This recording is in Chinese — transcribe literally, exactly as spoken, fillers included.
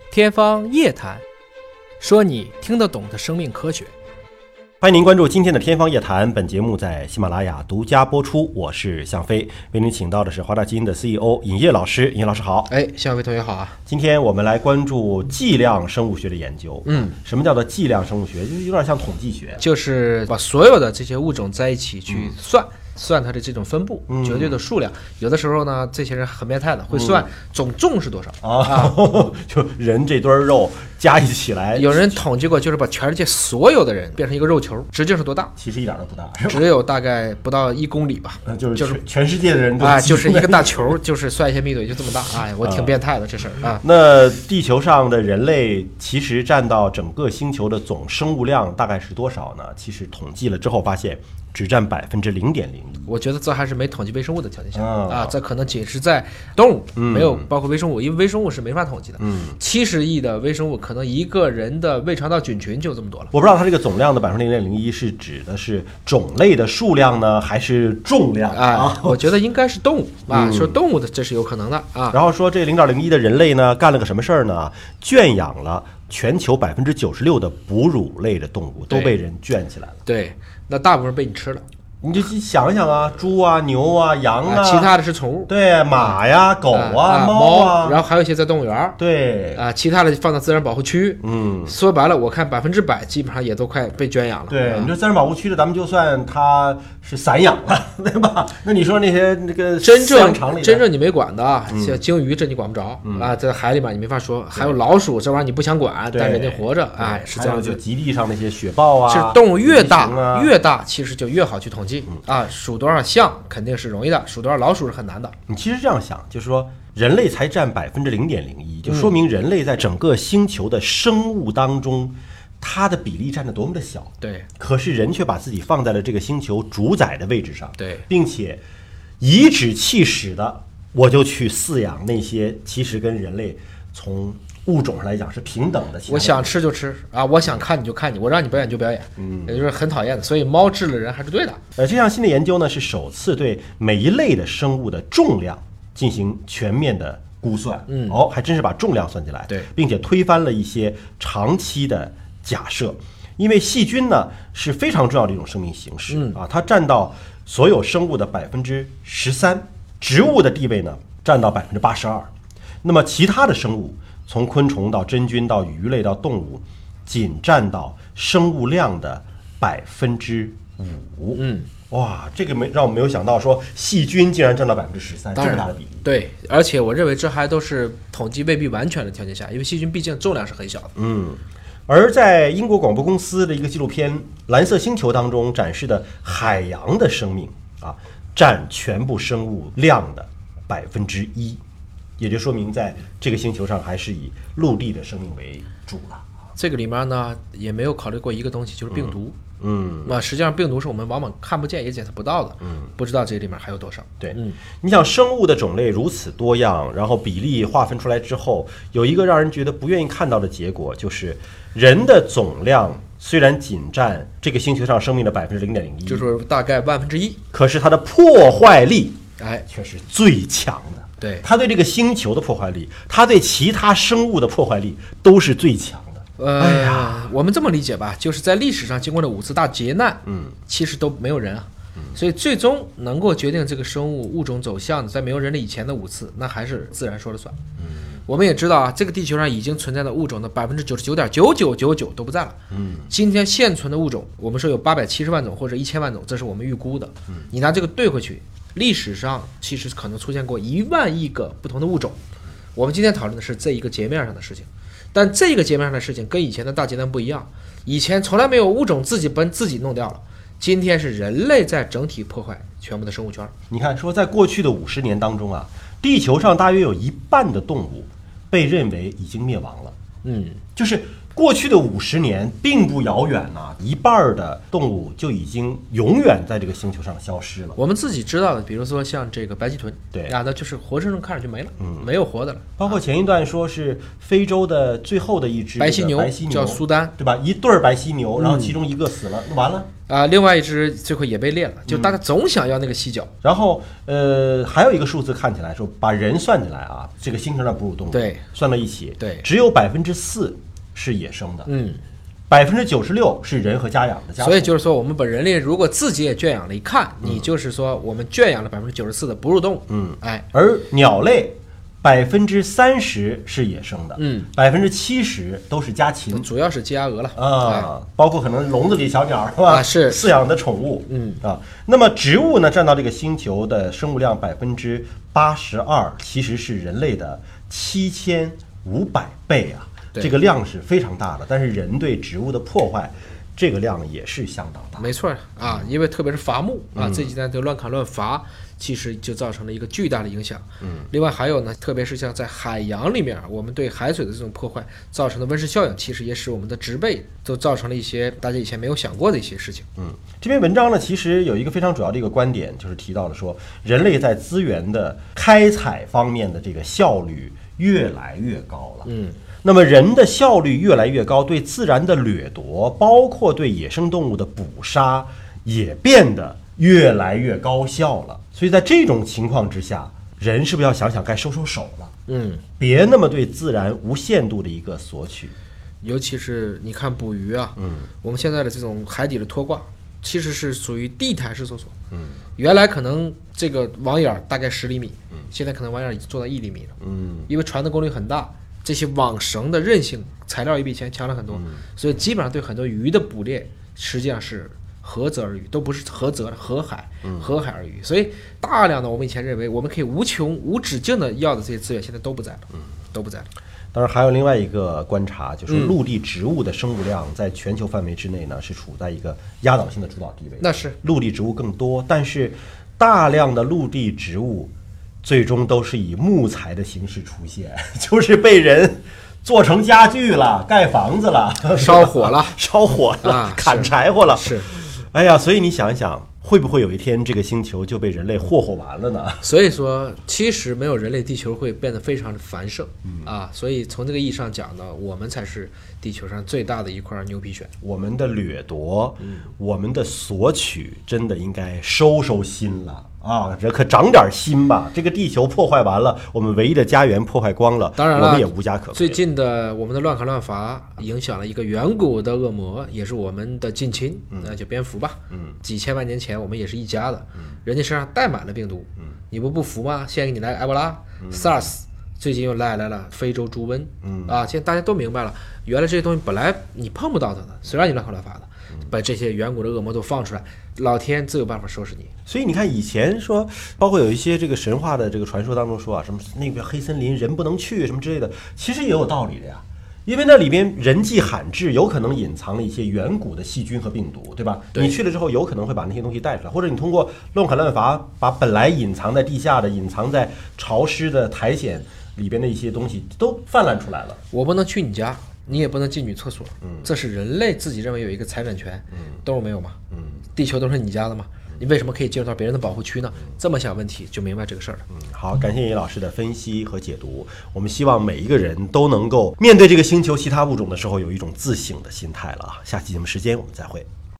天方夜谭，说你听得懂的生命科学。 欢迎您关注今天的天方夜谭，本节目在喜马拉雅独家播出，我是向飞，为您请到的是华大基因的 C E O 尹烨老师。尹烨老师好。 哎，向飞同学好啊。 今天我们来关注剂量生物学的研究。嗯，什么叫做剂量生物学？就是有点像统计学， 就是把所有的这些物种在一起去算、嗯、算它的这种分布、嗯、绝对的数量。有的时候呢，这些人很变态的，会算总重是多少、 嗯、啊，就人这堆肉加一起来。 有人统计过，就是把全世界所有的人变成一个肉球，直径是多大？ 其实一点都不大，是吧？ 只有大概不到一公里吧。 嗯、就是就是全世界的人都啊，就是一个大球，就是算一下密度也就这么大。哎，我挺变态的、啊、这事儿啊。 那地球上的人类其实占到整个星球的总生物量大概是多少呢？其实统计了之后发现，只占百分之零点零一。 我觉得这还是没统计微生物的条件下、嗯、啊，这可能仅是在动物，嗯、没有包括微生物，因为微生物是没法统计的。嗯，七十亿的微生物，可能一个人的胃肠道菌群就这么多了。 我不知道它这个总量的百分之零点零一是指的是种类的数量呢，还是重量啊？啊我觉得应该是动物啊，嗯、说动物的这是有可能的啊。 然后说这零点零一的人类呢，干了个什么事儿呢？圈养了全球百分之九十六的哺乳类的动物，都被人圈起来了。 对，那大部分被你吃了。 你就想想啊，猪啊、牛啊、羊啊， 其他的是宠物， 对，马呀、狗啊、 啊猫啊， 然后还有一些在动物园， 对啊，其他的放到自然保护区。嗯，说白了，我看百分之百基本上也都快被圈养了。 对， 啊、 你说自然保护区的，咱们就算它是散养了，对吧？那你说那些那个真正真正你没管的啊，像鲸鱼这你管不着、嗯、啊，在海里面你没法说。还有老鼠这玩意儿你不想管，但人家活着，哎，是这样子。 就极地上那些雪豹啊， 是动物越大、啊、越大，其实就越好去统计、嗯、啊。数多少象肯定是容易的，数多少老鼠是很难的。 你其实这样想，就是说人类才占百分之零点零一，就说明人类在整个星球的生物当中，它的比例占得多么的小。 对， 可是人却把自己放在了这个星球主宰的位置上。 对， 并且颐指气使的，我就去饲养那些其实跟人类从物种上来讲是平等的。 我想吃就吃啊，我想看你就看你，我让你表演就表演，嗯，也就是很讨厌的。所以猫治了人还是对的。 呃，这项新的研究呢，是首次对每一类的生物的重量进行全面的估算。嗯，哦，还真是把重量算进来。 对， 并且推翻了一些长期的假设。因为细菌呢是非常重要的一种生命形式、嗯、啊，它占到所有生物的百分之十三，植物的地位呢占到百分之八十二。那么其他的生物，从昆虫到真菌到鱼类到动物，仅占到生物量的百分之五。嗯，哇，这个没让我没有想到，说细菌竟然占到百分之十三，这么大的比例。 对，而且我认为这还都是统计未必完全的条件下，因为细菌毕竟重量是很小的。 嗯，而在英国广播公司的一个纪录片《蓝色星球》当中展示的海洋的生命啊，占全部生物量的百分之一。也就说明在这个星球上还是以陆地的生命为主了。 这个里面呢也没有考虑过一个东西，就是病毒。嗯，那、嗯、实际上病毒是我们往往看不见也检测不到的。嗯，不知道这里面还有多少。 对，嗯，你想生物的种类如此多样，然后比例划分出来之后，有一个让人觉得不愿意看到的结果，就是人的总量虽然仅占这个星球上生命的百分之零点零一， 就是大概万分之一， 可是它的破坏力，哎，却是最强的。 对， 它对这个星球的破坏力，它对其他生物的破坏力都是最强的。 呃，哎呀，我们这么理解吧，就是在历史上经过了五次大劫难，嗯，其实都没有人啊，嗯、所以最终能够决定这个生物物种走向的，在没有人类以前的五次，那还是自然说了算。嗯，我们也知道啊，这个地球上已经存在的物种的百分之九十九点九九九九都不在了。嗯，今天现存的物种，我们说有八百七十万种或者一千万种，这是我们预估的。嗯，你拿这个对回去。历史上其实可能出现过一万亿个不同的物种，我们今天讨论的是这一个截面上的事情，但这个截面上的事情跟以前的大劫难不一样，以前从来没有物种自己把自己弄掉了，今天是人类在整体破坏全部的生物圈。 你看，说在过去的五十年当中啊，地球上大约有一半的动物被认为已经灭亡了。嗯，就是过去的五十年并不遥远呐、啊，一半的动物就已经永远在这个星球上消失了。 我们自己知道的，比如说像这个白鳍豚， 对啊，那就是活生生看上去没了，嗯，没有活的了。 包括前一段说是非洲的最后的一只白犀牛， 白犀牛叫苏丹， 对吧？一对白犀牛，然后其中一个死了，那、嗯、完了。 啊、另外一只最后也被猎了，就大家总想要那个犀角。 嗯、然后呃，还有一个数字看起来说，把人算进来啊，这个星球上哺乳动物对算到一起， 对， 只有百分之四是野生的， 嗯。 百分之九十六是人和家养的家畜， 所以就是说，我们把人类如果自己也圈养了，一看，你就是说我们圈养了百分之九十四的哺乳动物， 嗯， 哎， 而鸟类百分之三十是野生的， 嗯， 百分之七十都是家禽， 主要是鸡鸭鹅了啊， 哎、 包括可能笼子里小鸟是吧？ 啊，是饲养的宠物， 嗯啊，那么植物呢，占到这个星球的生物量百分之八十二，其实是人类的七千五百倍啊。这个量是非常大的，但是人对植物的破坏，这个量也是相当大。 没错啊，因为特别是伐木啊，这几年都乱砍乱伐，其实就造成了一个巨大的影响。嗯，另外还有呢，特别是像在海洋里面，我们对海水的这种破坏造成的温室效应，其实也使我们的植被都造成了一些大家以前没有想过的一些事情。 嗯，这篇文章呢，其实有一个非常主要的一个观点，就是提到了说，人类在资源的开采方面的这个效率越来越高了。 嗯。 那么人的效率越来越高，对自然的掠夺，包括对野生动物的捕杀，也变得越来越高效了。所以在这种情况之下，人是不是要想想该收收手了？ 嗯， 别那么对自然无限度的一个索取。 尤其是你看捕鱼啊，嗯，我们现在的这种海底的拖挂，其实是属于地台式搜索。嗯，原来可能这个网眼大概十厘米，嗯，现在可能网眼已经做到一厘米了。嗯，因为船的功率很大。这些网绳的韧性材料也比以前强了很多，嗯、所以基本上对很多鱼的捕猎实际上是涸泽而渔，都不是涸泽河海，河海而渔。所以大量的我们以前认为我们可以无穷无止境的要的这些资源，现在都不在了，嗯、都不在了。 当然还有另外一个观察，就是陆地植物的生物量在全球范围之内呢，是处在一个压倒性的主导地位。 那是陆地植物更多，但是大量的陆地植物最终都是以木材的形式出现，就是被人做成家具了，盖房子了， 烧火了， 烧火了，啊、砍柴火了。 是，哎呀，所以你想一想，会不会有一天这个星球就被人类霍霍完了呢？ 所以说，其实没有人类，地球会变得非常的繁盛、嗯、啊。所以从这个意义上讲呢，我们才是地球上最大的一块牛皮癣。 我们的掠夺，嗯、我们的索取，真的应该收收心了。啊，这可长点心吧！这个地球破坏完了，我们唯一的家园破坏光了， 当然了， 我们也无家可归。 最近的我们的乱砍乱伐，影响了一个远古的恶魔，也是我们的近亲，那、嗯、就蝙蝠吧。嗯，几千万年前我们也是一家的，嗯、人家身上带满了病毒，嗯、你不不服吗？现在给你来埃博拉、嗯、SARS， 最近又来来了非洲猪瘟，嗯、啊，现在大家都明白了，原来这些东西本来你碰不到它的，谁让你乱砍乱伐的？把这些远古的恶魔都放出来，老天自有办法收拾你。 所以你看，以前说，包括有一些这个神话的这个传说当中说啊，什么那个黑森林人不能去什么之类的，其实也有道理的呀。因为那里边人迹罕至，有可能隐藏了一些远古的细菌和病毒，对吧？对，你去了之后，有可能会把那些东西带出来，或者你通过乱砍乱伐，把本来隐藏在地下的、隐藏在潮湿的苔藓里边的一些东西都泛滥出来了。 我不能去你家。你也不能进女厕所，嗯，这是人类自己认为有一个财产权，嗯，动物没有吗？嗯，地球都是你家的吗？你为什么可以进入到别人的保护区呢？这么想问题就明白这个事儿了。 嗯，好，感谢叶老师的分析和解读。我们希望每一个人都能够面对这个星球其他物种的时候，有一种自省的心态了啊。下期节目时间我们再会。